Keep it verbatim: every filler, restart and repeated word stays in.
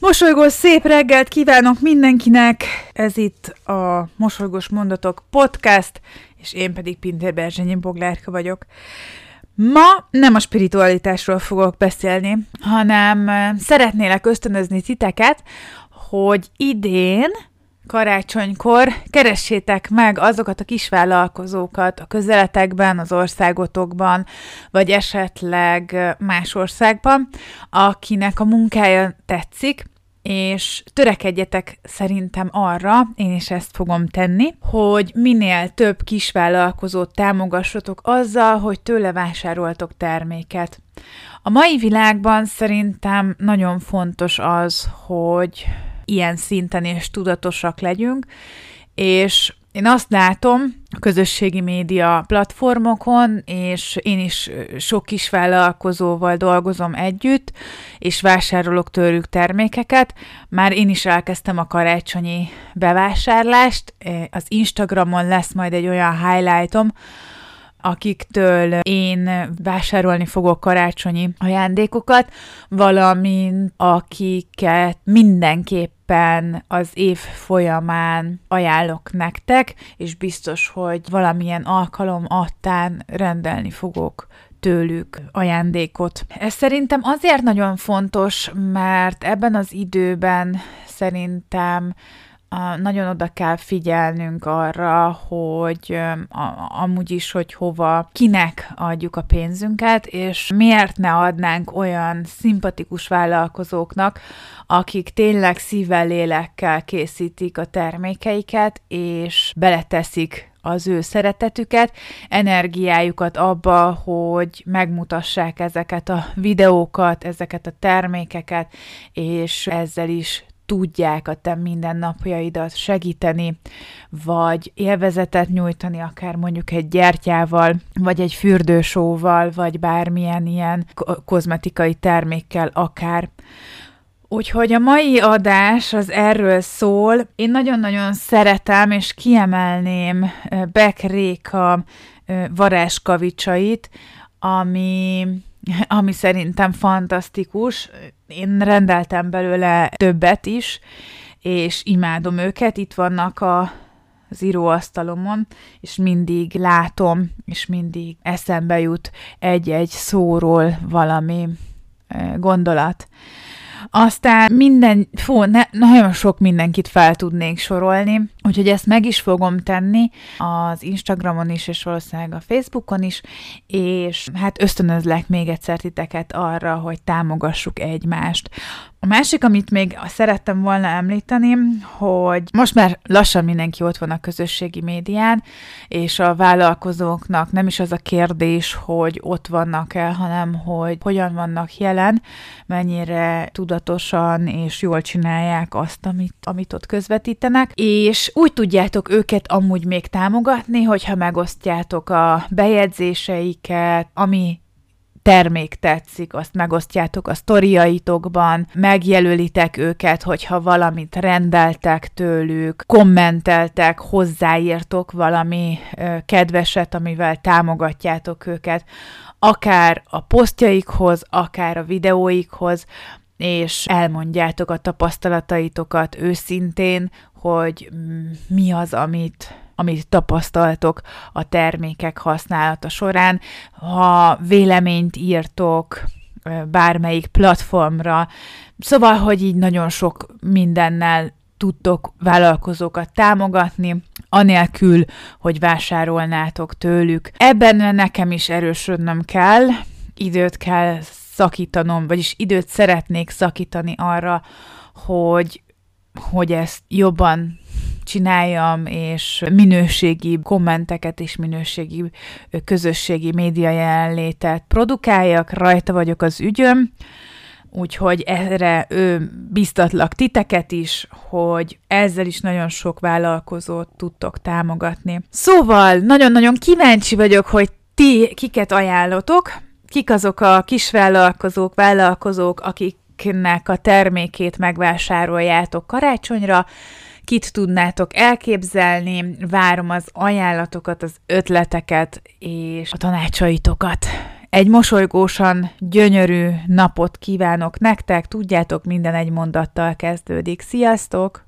Mosolygós szép reggelt kívánok mindenkinek! Ez itt a Mosolygós Mondatok Podcast, és én pedig Pintér Berzsenyi Boglárka vagyok. Ma nem a spiritualitásról fogok beszélni, hanem szeretnélek ösztönözni titeket, hogy idén, karácsonykor keressétek meg azokat a kisvállalkozókat a közeletekben, az országotokban, vagy esetleg más országban, akinek a munkája tetszik, és törekedjetek szerintem arra, én is ezt fogom tenni, hogy minél több kisvállalkozót támogassatok azzal, hogy tőle vásároltok terméket. A mai világban szerintem nagyon fontos az, hogy ilyen szinten és tudatosak legyünk, és én azt látom a közösségi média platformokon, és én is sok kisvállalkozóval dolgozom együtt, és vásárolok tőlük termékeket. Már én is elkezdtem a karácsonyi bevásárlást, az Instagramon lesz majd egy olyan highlightom, akiktől én vásárolni fogok karácsonyi ajándékokat, valamint akiket mindenképpen az év folyamán ajánlok nektek, és biztos, hogy valamilyen alkalom attán rendelni fogok tőlük ajándékot. Ez szerintem azért nagyon fontos, mert ebben az időben szerintem nagyon oda kell figyelnünk arra, hogy amúgy is, hogy hova, kinek adjuk a pénzünket, és miért ne adnánk olyan szimpatikus vállalkozóknak, akik tényleg szívvel, lélekkel készítik a termékeiket, és beleteszik az ő szeretetüket, energiájukat abba, hogy megmutassák ezeket a videókat, ezeket a termékeket, és ezzel is tudják a te mindennapjaidat segíteni, vagy élvezetet nyújtani, akár mondjuk egy gyertyával, vagy egy fürdősóval, vagy bármilyen ilyen kozmetikai termékkel akár. Úgyhogy a mai adás az erről szól. Én nagyon-nagyon szeretem, és kiemelném Beck Réka varázskavicsait, ami... ami szerintem fantasztikus. Én rendeltem belőle többet is, és imádom őket. Itt vannak a, az íróasztalomon, és mindig látom, és mindig eszembe jut egy-egy szóról valami gondolat. Aztán minden, fú, ne, nagyon sok mindenkit fel tudnék sorolni, úgyhogy ezt meg is fogom tenni az Instagramon is, és valószínűleg a Facebookon is, és hát ösztönözlek még egyszer titeket arra, hogy támogassuk egymást. A másik, amit még szerettem volna említeni, hogy most már lassan mindenki ott van a közösségi médián, és a vállalkozóknak nem is az a kérdés, hogy ott vannak-e, hanem hogy hogyan vannak jelen, mennyire tudatosan és jól csinálják azt, amit, amit ott közvetítenek, és úgy tudjátok őket amúgy még támogatni, hogyha megosztjátok a bejegyzéseiket, ami termék tetszik, azt megosztjátok a sztoriaitokban, megjelölitek őket, hogyha valamit rendeltek tőlük, kommenteltek, hozzáírtok valami ö, kedveset, amivel támogatjátok őket, akár a posztjaikhoz, akár a videóikhoz, és elmondjátok a tapasztalataitokat őszintén, hogy mi az, amit amit tapasztaltok a termékek használata során. Ha véleményt írtok bármelyik platformra, szóval, hogy így nagyon sok mindennel tudtok vállalkozókat támogatni, anélkül, hogy vásárolnátok tőlük. Ebben nekem is erősödnöm kell, időt kell szakítanom, vagyis időt szeretnék szakítani arra, hogy, hogy ezt jobban csináljam, és minőségi kommenteket és minőségi közösségi média jelenlétet produkáljak, rajta vagyok az ügyöm, úgyhogy erre ő biztatlak titeket is, hogy ezzel is nagyon sok vállalkozót tudtok támogatni. Szóval nagyon-nagyon kíváncsi vagyok, hogy ti kiket ajánlotok, kik azok a kisvállalkozók, vállalkozók, akiknek a termékét megvásároljátok karácsonyra, kit tudnátok elképzelni, várom az ajánlatokat, az ötleteket és a tanácsaitokat. Egy mosolygósan gyönyörű napot kívánok nektek, tudjátok, minden egy mondattal kezdődik. Sziasztok!